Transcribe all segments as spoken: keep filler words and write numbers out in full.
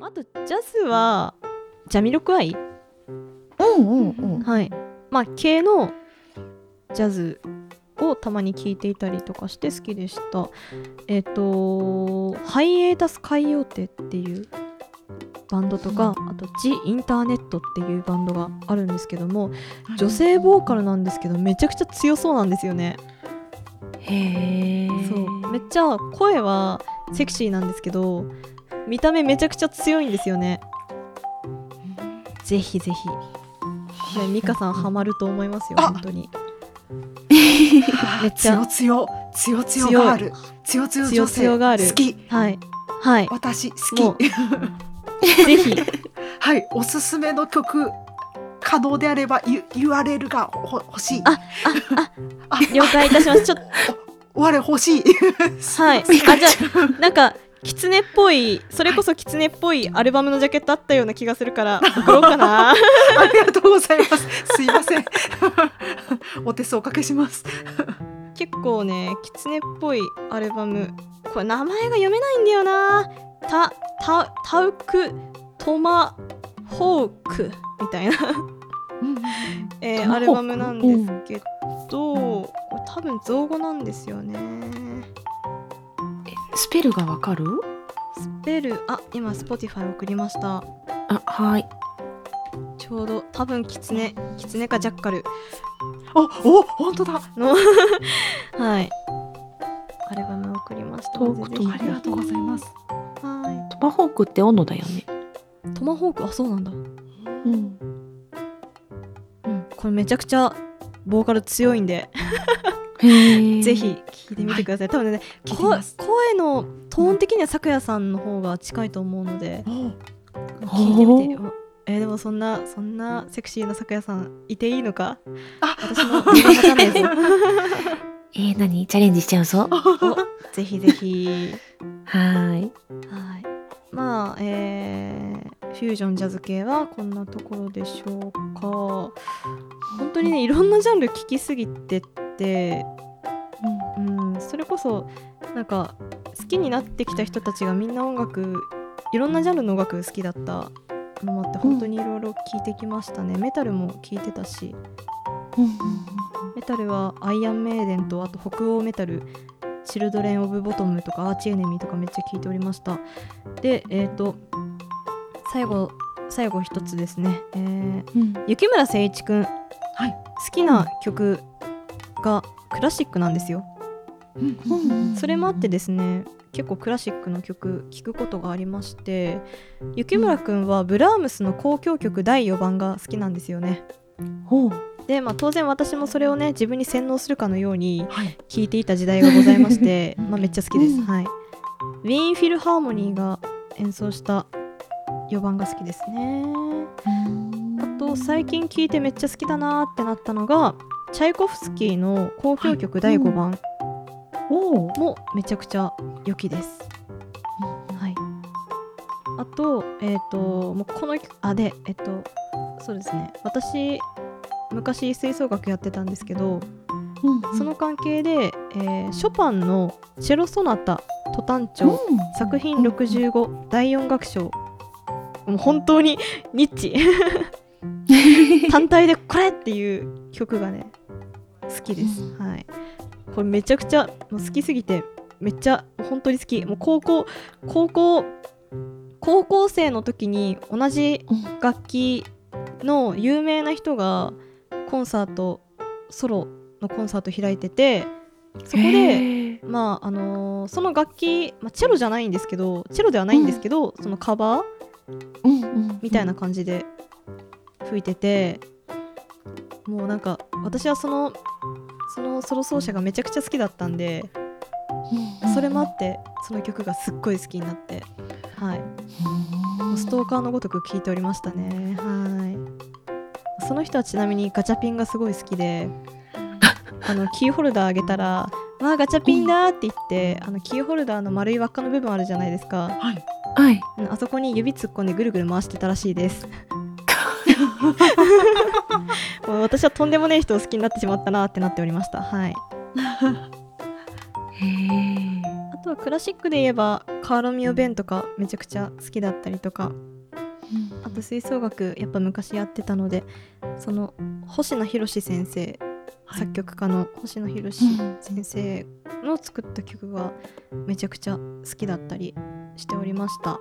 あとジャズはジャミロクワイ、 うんうんうん、 はい、まあ系のジャズをたまに聴いていたりとかして好きでした。えっとハイエータス海洋亭っていうバンドとか、あとジ・インターネットっていうバンドがあるんですけども、女性ボーカルなんですけどめちゃくちゃ強そうなんですよね。 へー、 そうめっちゃ声はセクシーなんですけど見た目めちゃくちゃ強いんですよね。ぜひぜひ、ね、ミカさんハマると思いますよ本当に。めっちゃ強強強強がある強強女性がある好き、 はいはい、 私好きぜひはいおすすめの曲可能であれば ユーアールエル がほ欲しい。 あああ了解いたします。ちょっと我欲しいはい、あじゃあなんかキツネっぽい、それこそキツネっぽいアルバムのジャケットあったような気がするから送ろうかなありがとうございます。すいませんお手数おかけします結構ねキツネっぽいアルバム、これ名前が読めないんだよな。タタタウクトマホークみたいなえー、アルバムなんですけど、これ多分造語なんですよね。 スペルがわかる？ スペル、あ、今 Spotify 送りました。 あ、はい。 ちょうど多分キツネ、キツネかジャッカルおお本当だのはいアルバム送りましたので、ぜひありがとうございます。 はトマホークって斧だよね。 い、トマホーク、あ、そうなんだ。 うん、 うん、これめちゃくちゃボーカル強いんでぜひ聴いてみてください、はい、多分ね声のトーン的には咲夜さんの方が近いと思うので聴いてみて。えー、でもそんなそんなセクシーな咲夜さんいていいのか、 あ私も分かんないぞえー、何チャレンジしちゃうぞおぜひぜひはーい、 はい、まあえー、フュージョンジャズ系はこんなところでしょうか。本当にねいろんなジャンル聴きすぎてってうん、うん、それこそなんか好きになってきた人たちがみんな音楽いろんなジャンルの音楽好きだったのもあって本当にいろいろ聴いてきましたね、うん、メタルも聴いてたし、うん、メタルはアイアンメイデンとあと北欧メタルチルドレンオブボトムとかアーチエネミーとかめっちゃ聴いておりました。でえっ、ー、と最後最後一つですね、えーうん、雪村誠一くん、はい、好きな曲がクラシックなんですよ、うんうん、それもあってですね結構クラシックの曲聴くことがありまして、雪村くんはブラームスの交響曲だいよんばんが好きなんですよね。ほうで、まあ、当然私もそれをね自分に洗脳するかのように聴いていた時代がございまして、はい、まあめっちゃ好きです、うんはい、ウィーンフィルハーモニーが演奏したよんばんが好きですね。あと最近聴いてめっちゃ好きだなってなったのがチャイコフスキーの交響曲だいごばん、はいもめちゃくちゃ良きです、はい、あとえっ、ー、ともうこのあでえっ、ー、とそうですね私昔吹奏楽やってたんですけど、うんうん、その関係で、えー、ショパンのチェロソナタト短調、うん、作品ろくじゅうごだいよん楽章、もう本当にニッチ単体でこれっていう曲がね好きです、うん、はいこれめちゃくちゃもう好きすぎてめっちゃ本当に好き。もう高校高校高校生の時に同じ楽器の有名な人がコンサートソロのコンサート開いてて、そこでまああのー、その楽器、まあ、チェロじゃないんですけどチェロではないんですけど、うん、そのカバー、うんうん、みたいな感じで吹いてて、もうなんか私はそのそのソロ奏者がめちゃくちゃ好きだったんで、うん、それもあってその曲がすっごい好きになって、はい、もうストーカーのごとく聴いておりましたね。はい、その人はちなみにガチャピンがすごい好きであのキーホルダーあげたらわーガチャピンだって言って、あのキーホルダーの丸い輪っかの部分あるじゃないですか、はいはい、あそこに指突っ込んでぐるぐる回してたらしいですもう私はとんでもねえ人を好きになってしまったなってなっておりました。はいへー、あとはクラシックで言えばカーロミオ弁とかめちゃくちゃ好きだったりとか、あと吹奏楽やっぱ昔やってたので、その星名博先生、 はい作曲家の星野博先生の作った曲がめちゃくちゃ好きだったりしておりました。はい。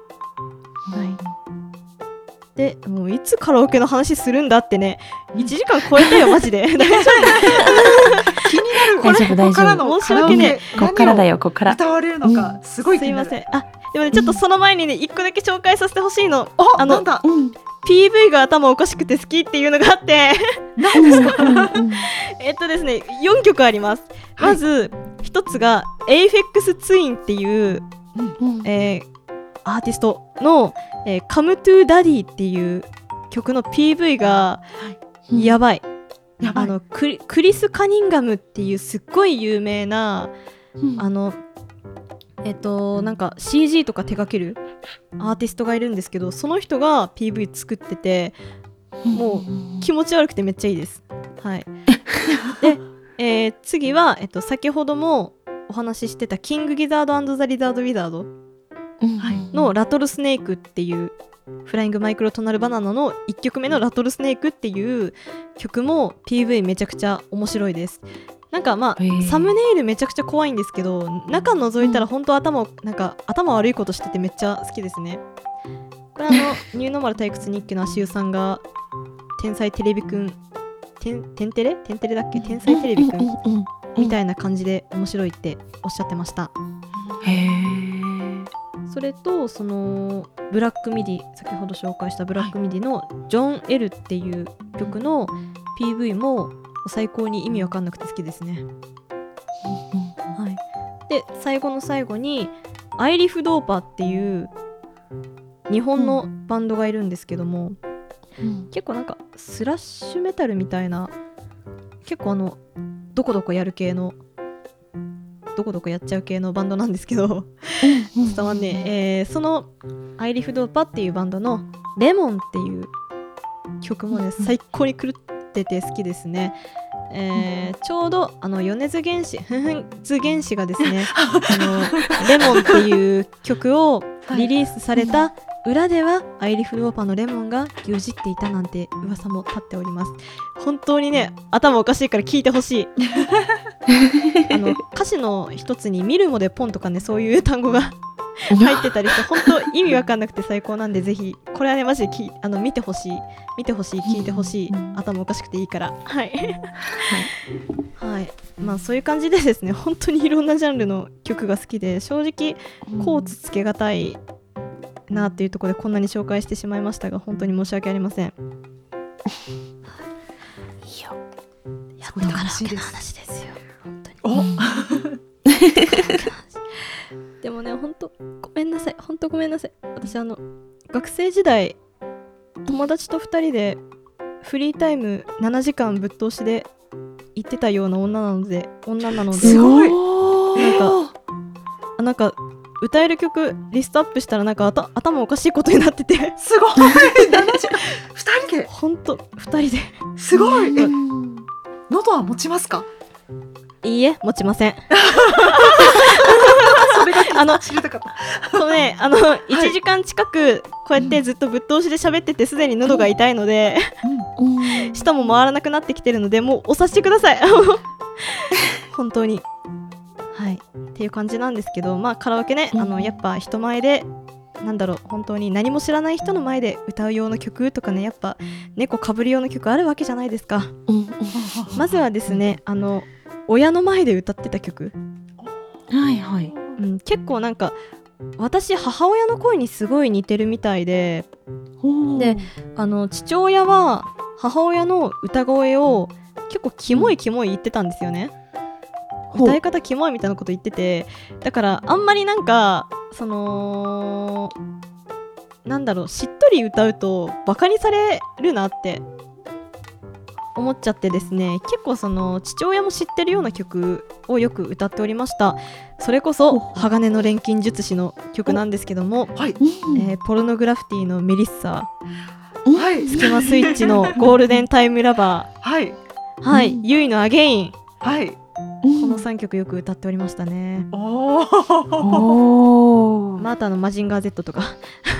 でもういつカラオケの話するんだってね、いちじかん超えたよマジで。大丈気になる。 大丈夫大丈夫ここからの申し訳ねカラオケこっからだよこっから。 歌われるのか、すごい夫。す気になる。 いません。あ、でもねちょっとその前にね一個だけ紹介させてほしいの。 お、 あのなんだ。 うん。 ピーブイ が頭おかしくて好きっていうのがあって、 何ですか。 えっとですねよんきょくあります。まずひとつが エイフェックス ツインっていうえー、アーティストの、えー、Come to Daddy っていう曲の ピーブイ がやばい。 やばい。 あのクリ、クリス・カニンガムっていうすっごい有名なあのえっとなんか シージー とか手掛けるアーティストがいるんですけど、その人が ピーブイ 作っててもう気持ち悪くてめっちゃいいです。はいで、えー、次は、えっと、先ほどもお話ししてたキングギザード&ザ・リザード・ウィザードのラトルスネークっていうフライングマイクロトナルバナナのいっきょくめのラトルスネークっていう曲も ピーブイ めちゃくちゃ面白いです。なんかまあへーサムネイルめちゃくちゃ怖いんですけど、中覗いたら本当頭をなんか頭悪いことしててめっちゃ好きですね。これあのニューノーマル退屈日記の足湯さんが天才テレビくんてんてんてれてんてれだっけ天才テレビくんみたいな感じで面白いっておっしゃってました。 へー。 それとそのブラックミディ、先ほど紹介したブラックミディのジョン・エルっていう曲の ピーブイ も最高に意味わかんなくて好きですね。はい、で最後の最後にアイリフ・ドーパーっていう日本のバンドがいるんですけども、結構なんかスラッシュメタルみたいな、結構あのどこどこやる系のどこどこやっちゃう系のバンドなんですけど伝わんねえ、えー、そのアイリフ・ドーパっていうバンドのレモンっていう曲もね最高に狂ってて好きですね。えー、ちょうどあの米津玄師ふふ津玄師がですねあのレモンっていう曲をリリースされた裏ではアイリフ・ドーパのレモンが牛耳っていたなんて噂も立っております。本当にね頭おかしいから聞いてほしいあの歌詞の一つに見るもでポンとかねそういう単語が入ってたりして本当意味わかんなくて最高なんで、ぜひこれはねマジできあの見てほしい見てほしい聞いてほしい、頭おかしくていいからはいはい、まあそういう感じでですね本当にいろんなジャンルの曲が好きで、正直コーツつけがたいなっていうところでこんなに紹介してしまいましたが本当に申し訳ありません。いいよ、やっとカラオケの話ですよ本当に。でもね本当ごめんなさい本当ごめんなさい。私あの学生時代友達とふたりでフリータイムななじかんぶっ通しで行ってたような女なので女なのですごいなんかあなんか歌える曲リストアップしたらなんかあた頭おかしいことになっててすごいななじかんふたりで本当ふたりですごい。え喉は持ちますか。 いいえ持ちませんそれがあの知りたかったこのねあのいちじかん近くこうやってずっとぶっ通しで喋っててすでに喉が痛いので、 うん舌も回らなくなってきてるのでもうお察しください本当にはいっていう感じなんですけど、まあカラオケねあのやっぱ人前でなんだろう本当に何も知らない人の前で歌う用の曲とかねやっぱ猫かぶる用の曲あるわけじゃないですか。まずはですねあの親の前で歌ってた曲、 はいはい、 うん、結構なんか私母親の声にすごい似てるみたいで、であの父親は母親の歌声を結構キモいキモい言ってたんですよね。歌い方キモいみたいなこと言ってて、だからあんまりなんかそのなんだろうしっとり歌うとバカにされるなって思っちゃってですね、結構その父親も知ってるような曲をよく歌っておりました。それこそ鋼の錬金術師の曲なんですけども、 はい、 えー、ポルノグラフィティのメリッサ、 はい、 スキマスイッチのゴールデンタイムラバー、 はい、 はい、ユイのアゲイン、 はい、 このさんきょくよく歌っておりましたね。 おーおー。 まあ、あとあのマジンガー Z とか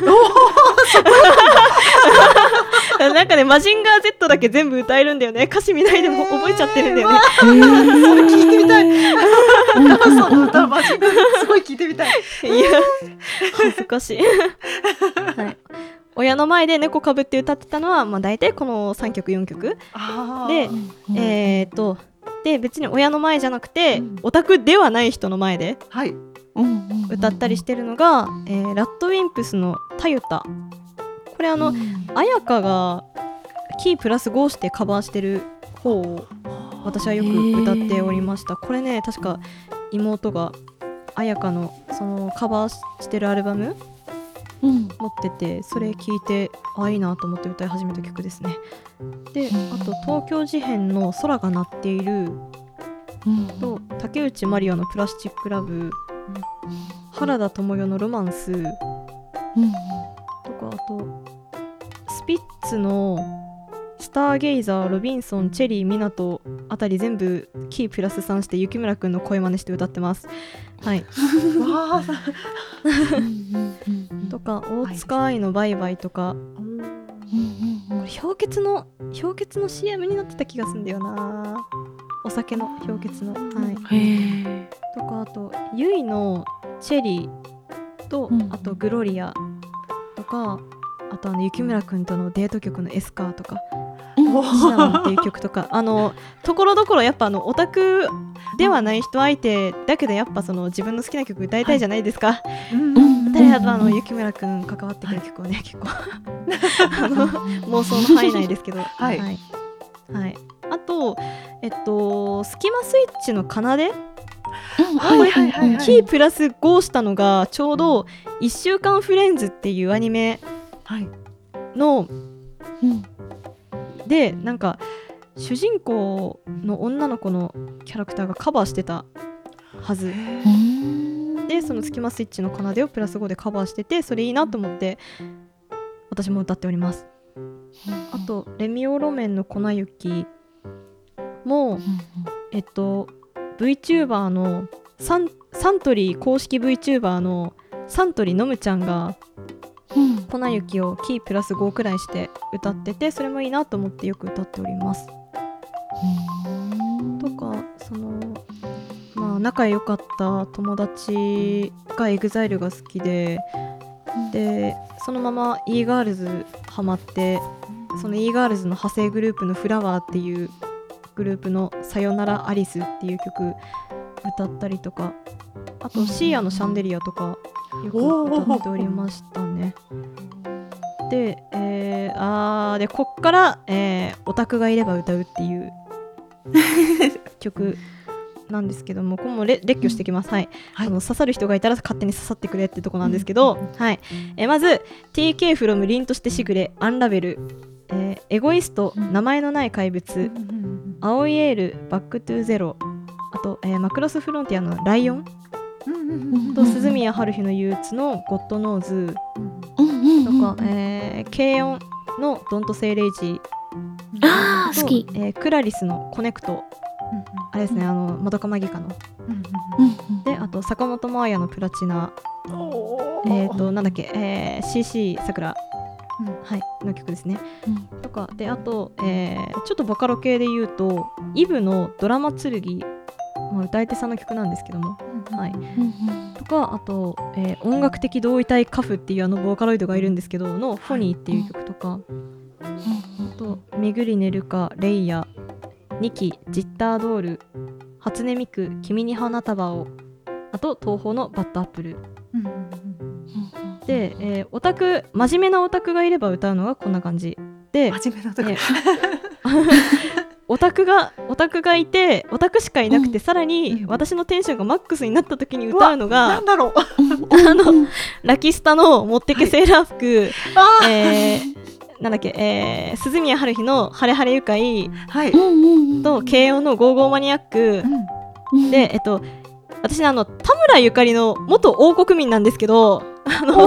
なんかねマジンガー Z だけ全部歌えるんだよね。歌詞見ないでも覚えちゃってるんだよね。 それ聞いてみたい。その歌マジですごい聞いてみたい。 いや恥ずかしい、はい、親の前で猫かぶって歌ってたのは、まあ、大体このさんきょくよんきょくあで、 うんえー、っとで別に親の前じゃなくて、 うんオタクではない人の前ではい。 うんうん歌ったりしてるのが、えーラッドウィンプスのタユタ。これあの、 うん彩香がキープラスごしてカバーしてる方を私はよく歌っておりました。これね確か妹が彩香のそのカバーしてるアルバムうん持ってて、それ聞いてあいいなと思って歌い始めた曲ですね。でうんあと東京事変の空が鳴っているうんと竹内まりやのプラスチックラブ、原田知世のロマンスうんとか、あとスピッツのスターゲイザー、ロビンソン、チェリー、ミナトあたり全部キープラスさんして雪村くんの声真似して歌ってます。はい。 わあ。 とか大塚愛のバイバイとか、これ氷結の氷結の シーエム になってた気がするんだよな。お酒の氷結の、はい。 へえ。 とかあとユイのチェリーと、 うんあとグロリアとか、あとあの雪村くんとのデート曲のエスカーとかシナモンっていう曲とか、あのところどころやっぱあのオタクではない人相手だけどやっぱその自分の好きな曲歌いたいじゃないですか。 うん誰だとあの雪村くん関わってくる曲をね、結構あの妄想の範囲内ですけど、 はいはいはい、あとえっとスキマスイッチの奏ではいはいはいはい。 キープラスごしたのがちょうどいっしゅうかんフレンズっていうアニメはい。 のうんで、なんか主人公の女の子のキャラクターがカバーしてたはずで、そのスキマスイッチの奏でをプラスごでカバーしてて、それいいなと思って私も歌っております。あとレミオロメンの粉雪もえっと VTuber のサン、サントリー公式 VTuber のサントリーのむちゃんが粉雪をキープラスごくらいして歌ってて、それもいいなと思ってよく歌っております。とかそのまあ仲良かった友達が エグザイル が好きで、でそのまま e ガールズハマって、その e ガールズの派生グループのフラワーっていうグループのさよならアリスっていう曲歌ったりとか、あとシーアのシャンデリアとかよく歌っておりましたね。で、えー、あーでこっから、えー、オタクがいれば歌うっていう曲なんですけども、これも列挙してきます。はい、 はいあの刺さる人がいたら勝手に刺さってくれってとこなんですけど、はい、えーまず ティーケー from 凛としてしぐれ、アンラベル、えーエゴイスト、名前のない怪物、青いエール、バックトゥーゼロ、あと、えーマクロスフロンティアのライオンと鈴宮春日の憂鬱のゴッドノーズとか、えー、軽音のドントセイレイジーとあー好き。 えークラリスのコネクト、あれですね、あのまどかマギカので、あと坂本真綾のプラチナ、えーとなんだっけ、えー、シーシー さくら、はい、の曲ですね。とかで、あと、えーちょっとボカロ系で言うとイブのドラマ剣、まあ、歌い手さんの曲なんですけども、はいとか、あと、えー音楽的同位体カフっていうあのボーカロイドがいるんですけどのフォニーっていう曲とか、あとめぐりねるか、レイヤ、ニキ、ジッタードール、初音ミク、君に花束を、あと東宝のバッドアップルで、えーオタク真面目なオタクがいれば歌うのがこんな感じで、 真面目なとこえオタクがオタクがいてオタクしかいなくて、 うんさらにうん私のテンションがマックスになった時に歌うのながんだろう。 あのラキスタの持ってけセーラー服、 あえーなんだっけ、えー鈴宮春日のハレハレ愉快ーはい。 と慶応のゴーゴーマニアックで、えっと私ね、あの田村ゆかりの元王国民なんですけど、あの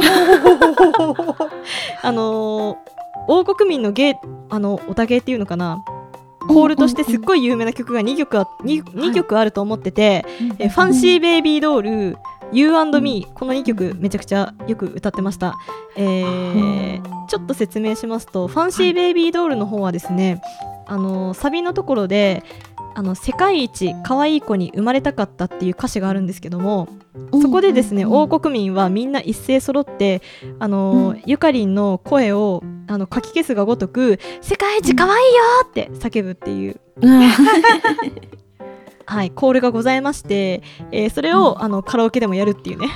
あのー王国民のゲー、あのオタゲーっていうのかな、 コールとしてすっごい有名な曲がにきょくあ 2, 2曲あると思ってて、えファンシーベイビードール、You and Me、このにきょくめちゃくちゃよく歌ってました。えー、ちょっと説明しますと、ファンシーベイビードールの方はですね、あのサビのところであの世界一可愛い子に生まれたかったっていう歌詞があるんですけども、そこでですね、王国民はみんな一斉揃ってあの、うん、ゆかりんの声をあのかき消すがごとく世界一可愛いよって叫ぶっていう、うん、はい、コールがございまして、えー、それを、うん、あのカラオケでもやるっていうね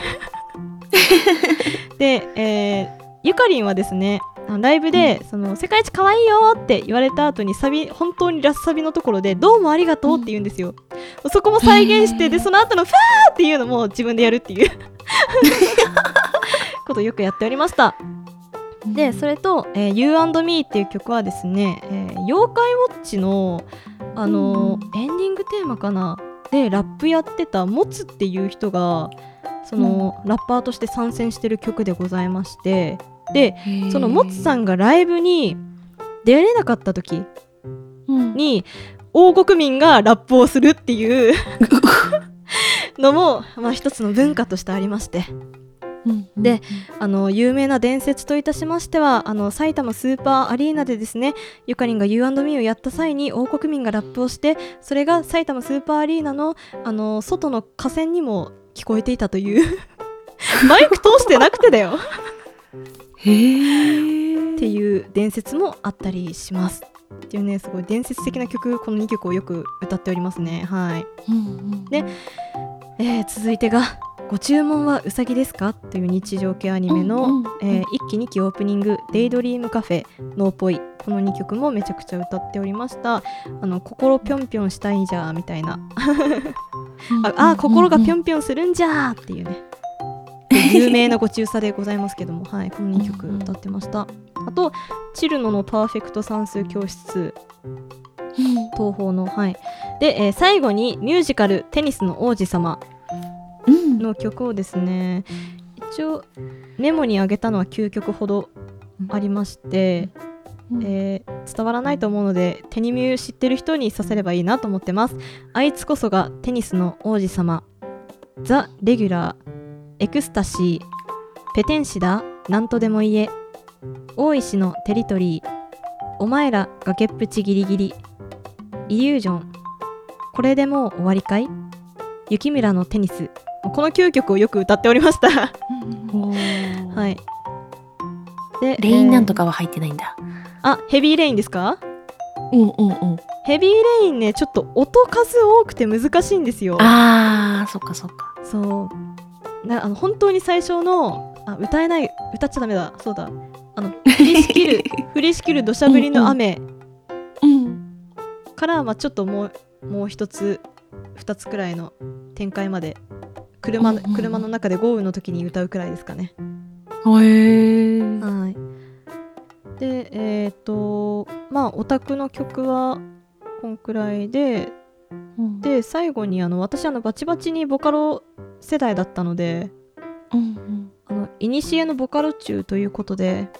で、えー、ゆかりんはですねライブで、うん、その世界一可愛いよって言われた後にサビ、本当にラスサビのところでどうもありがとうって言うんですよ、うん、そこも再現して、でその後のファーっていうのも自分でやるっていうことをよくやっておりました。でそれと、えー、You and Me っていう曲はですね、えー、妖怪ウォッチの、あのーうん、エンディングテーマかなでラップやってたモツっていう人がその、うん、ラッパーとして参戦してる曲でございまして、でそのモツさんがライブに出れなかった時に、うん、王国民がラップをするっていうのも、まあ、一つの文化としてありまして、であの有名な伝説といたしましては、あの埼玉スーパーアリーナでですね、ゆかりんが You and Me をやった際に王国民がラップをして、それが埼玉スーパーアリーナ の, あの外の河川にも聞こえていたというマイク通してなくてだよへーっていう伝説もあったりしますっていうね、すごい伝説的な曲、このにきょくをよく歌っておりますね。はい、うんうん、で、えー、続いてがご注文はうさぎですかという日常系アニメの、うんうんえー、いっきにきオープニングデイドリームカフェノーポイ、このにきょくもめちゃくちゃ歌っておりました。あの心ぴょんぴょんしたいじゃーみたいなああ心がぴょんぴょんするんじゃーっていうね有名なご中佐でございますけども、はい、このにきょく歌ってました。あとチルノのパーフェクト算数教室、東宝の、はい、で、えー、最後にミュージカルテニスの王子様の曲をですね、一応メモに上げたのはきゅうきょくほどありまして、えー、伝わらないと思うのでテニミュー知ってる人にさせればいいなと思ってます。あいつこそがテニスの王子様、ザ・レギュラー、エクスタシー、ペテンシだなんとでも言え、大石のテリトリー、お前ら崖っぷちギリギリ、イリュージョン、これでもう終わりかい、雪村のテニス、このきゅうきょくをよく歌っておりましたはい。でレインなんとかは入ってないんだ、 えー、あ、ヘビーレインですか。 うんうんうん。 ヘビーレインね、ちょっと音数多くて難しいんですよ。 あー、そっかそっか。 そうな、あの本当に最初のあ歌えない、歌っちゃダメだ、そうだ、あの降りしきる降りしきる土砂降りの雨から、まあ、ちょっともうもう一つ二つくらいの展開まで 車, 車の中で豪雨の時に歌うくらいですかね。 へー、 はい。でえっ、ー、とまあオタクの曲はこんくらいで、うん、で最後にあの私あのバチバチにボカロ世代だったので、うんうん、あのイニシエのボカロ中ということで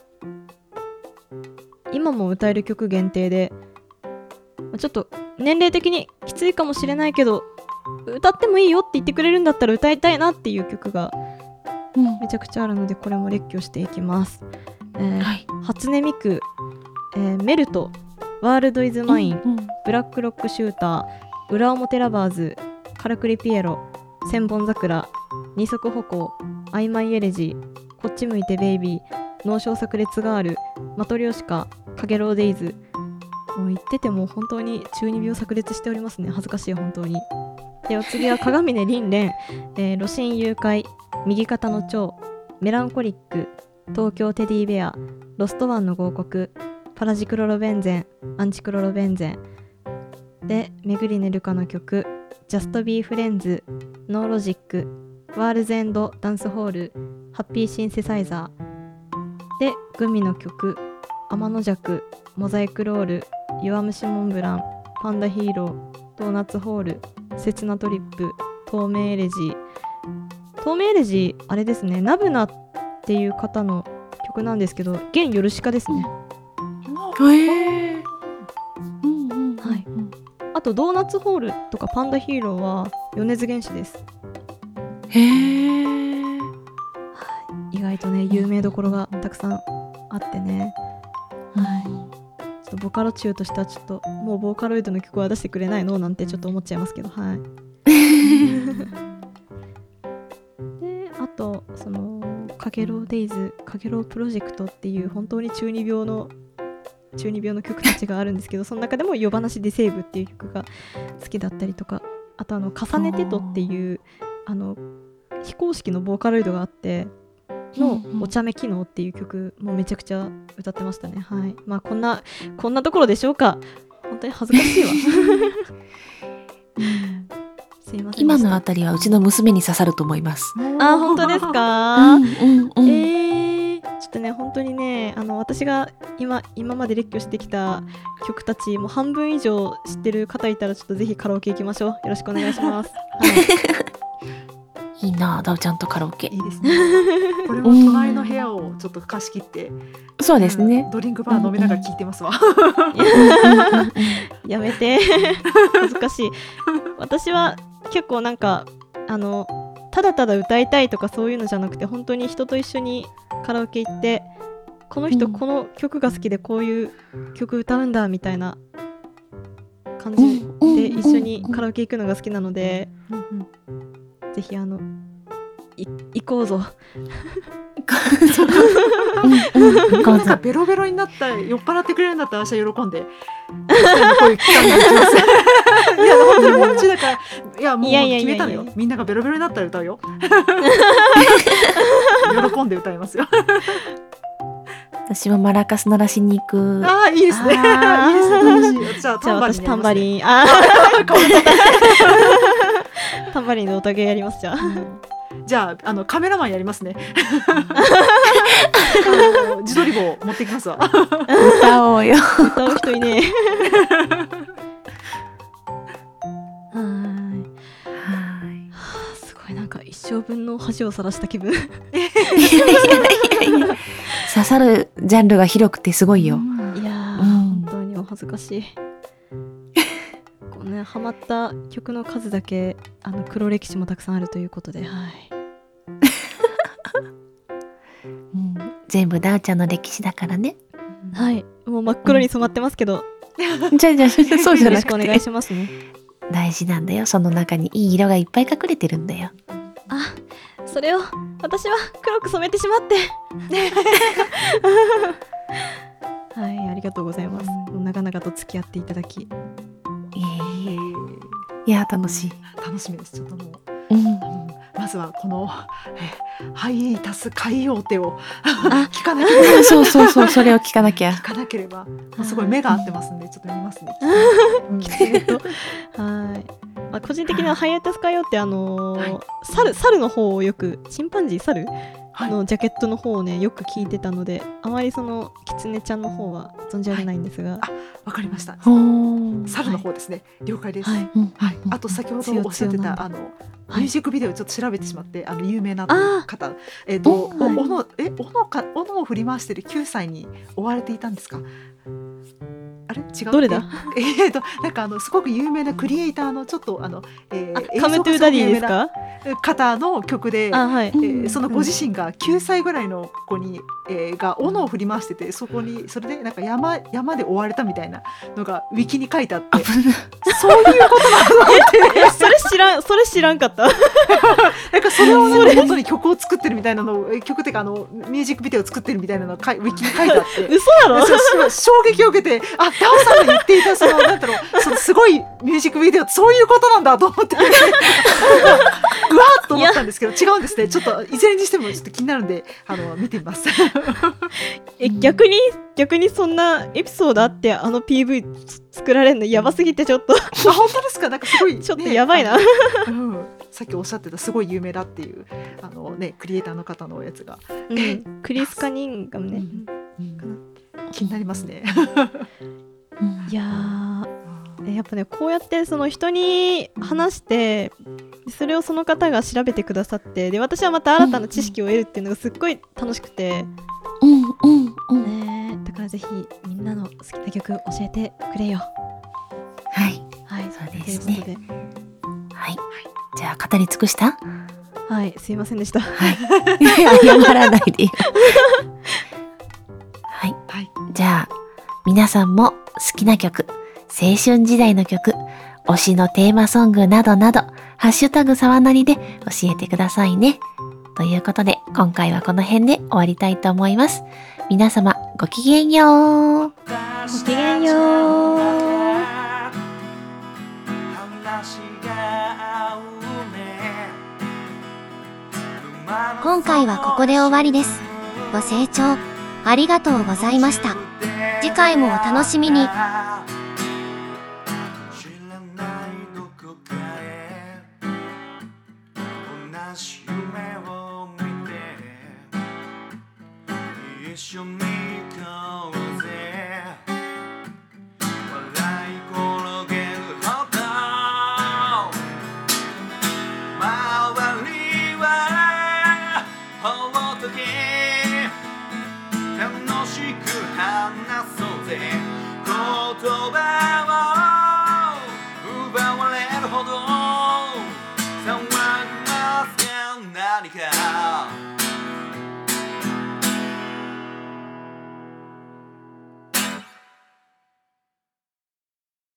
今も歌える曲限定で、ちょっと年齢的にきついかもしれないけど歌ってもいいよって言ってくれるんだったら歌いたいなっていう曲がめちゃくちゃあるので、これも列挙していきます。えーはい、初音ミク、えー、メルト、ワールドイズマイン、うんうん、ブラックロックシューター、裏表ラバーズ、カラクリピエロ、千本桜、二足歩行、アイマイエレジー、こっち向いてベイビー、脳症炸裂ガール、マトリョーシカ、カゲローデイズ。もう言ってても本当に中二病炸裂しておりますね。恥ずかしい本当に。でお次は鏡音凛蓮、えー、露心誘拐、右肩の蝶、メランコリック、東京テディベア、ロストワンの合国、パラジクロロベンゼン、アンチクロロベンゼンで、めぐりねるかの曲、ジャストビーフレンズ、ノーロジック、ワールズエンドダンスホール、ハッピーシンセサイザーで、グミの曲、天の弱、モザイクロール、弱虫モンブラン、パンダヒーロー、ドーナツホール、刹那トリップ、透明エレジー。透明エレジー、あれですね、ナブナっていう方の曲なんですけど、現ヨルシカですね。 へー、 はい。 あとドーナツホールとかパンダヒーローは米津玄師です。 へえ。 意外とね有名どころがたくさんあってね、はい、ちょっとボカロ中としてはちょっともうボーカロイドの曲は出してくれないのなんてちょっと思っちゃいますけど、はい。であとそのかげろうデイズかげろうプロジェクトっていう本当に中二病の中二病の曲たちがあるんですけど、その中でも夜話でセーブっていう曲が好きだったりとか、あとあの重ねてとっていうあの非公式のボーカロイドがあってのお茶目機能っていう曲もめちゃくちゃ歌ってましたね。はい。まあこんなこんなところでしょうか。本当に恥ずかしいわ。すいませんでした。 今のあたりはうちの娘に刺さると思います。 あ、本当ですか？ うんうんうん。 えー、ちょっとね本当にねあの私が今今まで列挙してきた曲たちもう半分以上知ってる方いたらちょっとぜひカラオケ行きましょう。よろしくお願いします。はい。 いいなあ、ダオちゃんとカラオケ。 いいですね。これも隣の部屋をちょっと貸し切って、 そうですね。 うんドリンクバー飲みながら聞いてますわ。 やめて恥ずかしい。私は結構なんかあのただただ歌いたいとかそういうのじゃなくて、本当に人と一緒にカラオケ行ってこの人うんこの曲が好きでこういう曲歌うんだみたいな感じで一緒にカラオケ行くのが好きなので、ぜひあのい行こうぞ。 なんかベロベロになった酔っ払ってくれるんだったら私は喜んで。こういう期間ができます。いや本当にもううちだからいやもういやいやいやいや決めたのよ。みんながベロベロになったら歌うよ。喜んで歌いますよ。 私はマラカス鳴らしに行く。 ああいいですね。いいあーですね。楽しい。じゃあじゃあ私タンバン。 リンあータンバリンでおたげやりますじゃあ。 じゃああのカメラマンやりますね。あの自撮り棒持ってきますわ。 歌おうよ。 歌う人いねえ。はーい。 はい。 はあすごいなんか一生分の恥をさらした気分。 刺さるジャンルが広くてすごいよ。 いやー、 うん本当にお恥ずかしい。こうねハマった曲の数だけあの黒歴史もたくさんあるということで、はい。 うん全部ダオちゃんの歴史だからね。 はい、もう真っ黒に染まってますけど、 じゃあじゃあそうじゃなくよろしくお願いてしますね。 大事なんだよ。その中にいい色がいっぱい隠れてるんだよ。 あ、それを私は黒く染めてしまって。はい、ありがとうございます。長々と付き合っていただき。 いえいえ。いや楽しい。 楽しみです。ちょっともう。 うん。 うんまずはこのえハイエイタス海王手を聞かなければそうそうそうそれを聞かなきゃ。 聞かなければもうすごい目が合ってますんでちょっと見ますね。 えっとはい。まあ、個人的にはハイエタスカヨってあのーはい猿猿の方をよくチンパンジー猿はいのジャケットの方をねよく聞いてたので、あまりそのキツネちゃんの方は存じ上げないんですが、 あわかりました。 ほー猿の方ですね。了解です。 はいうんはい、あと先ほどおっしゃって強強なんだたあのはいミュージックビデオちょっと調べてしまってあの有名なあー方えっ、とおはい斧え斧か斧を振り回してるきゅうさいに追われていたんですか。あれ違うどれだ？ えっとなんかあのすごく有名なクリエイターのちょっとあの、えあー、 カムトゥーダディですか？ 方の曲で。 あ、はい。 えーそのご自身がきゅうさいぐらいの子に、えーが斧を振り回しててそこにそれでなんか山山で追われたみたいなのがウィキに書いてあってそういうことなんだと思ってえ、それ知らん、それ知らんかった。 なんかそれをなんか本当に曲を作ってるみたいなのをえ曲っていうかあのミュージックビデオを作ってるみたいなのがかいウィキに書いてあって嘘だろ？ そう衝撃を受けてあダオさんが言っていたそのなんだろうそのすごいミュージックビデオってそういうことなんだと思ってうわーっと思ったんですけど違うんですね。ちょっといずれにしてもちょっと気になるんであの見てみます。 え、逆に逆にそんなエピソードあってあの ピーブイ 作られるのやばすぎてちょっとあ本当ですか。なんかすごい、 ちょっとやばいな。 ねあのうん、さっきおっしゃってたすごい有名だっていうあのねクリエイターの方のやつが、 うん、クリス・カニンガムね。 うん気になりますね。 いやー、やっぱねこうやってその人に話してそれをその方が調べてくださってで私はまた新たな知識を得るっていうのがすっごい楽しくて、 うんうんうん。 ね、だからぜひみんなの好きな曲教えてくれよ。 はい。 はい、 そうでというすね。 ことで、 はい。じゃあ語り尽くした？ はいすいませんでしたはい。謝らないでよ。はい。 はい。 じゃあ皆さんも好きな曲、青春時代の曲、推しのテーマソングなどなど、ハッシュタグさわなりで教えてくださいね。ということで、今回はこの辺で終わりたいと思います。皆様、ごきげんよう。 ごきげんよう。 今回はここで終わりです。ご清聴ありがとうございました。次回もお楽しみに。一緒に行こうぜ笑い転げるほど周りはほっとけ楽しく話そうぜ言葉を奪われるほど騒ぎますが何か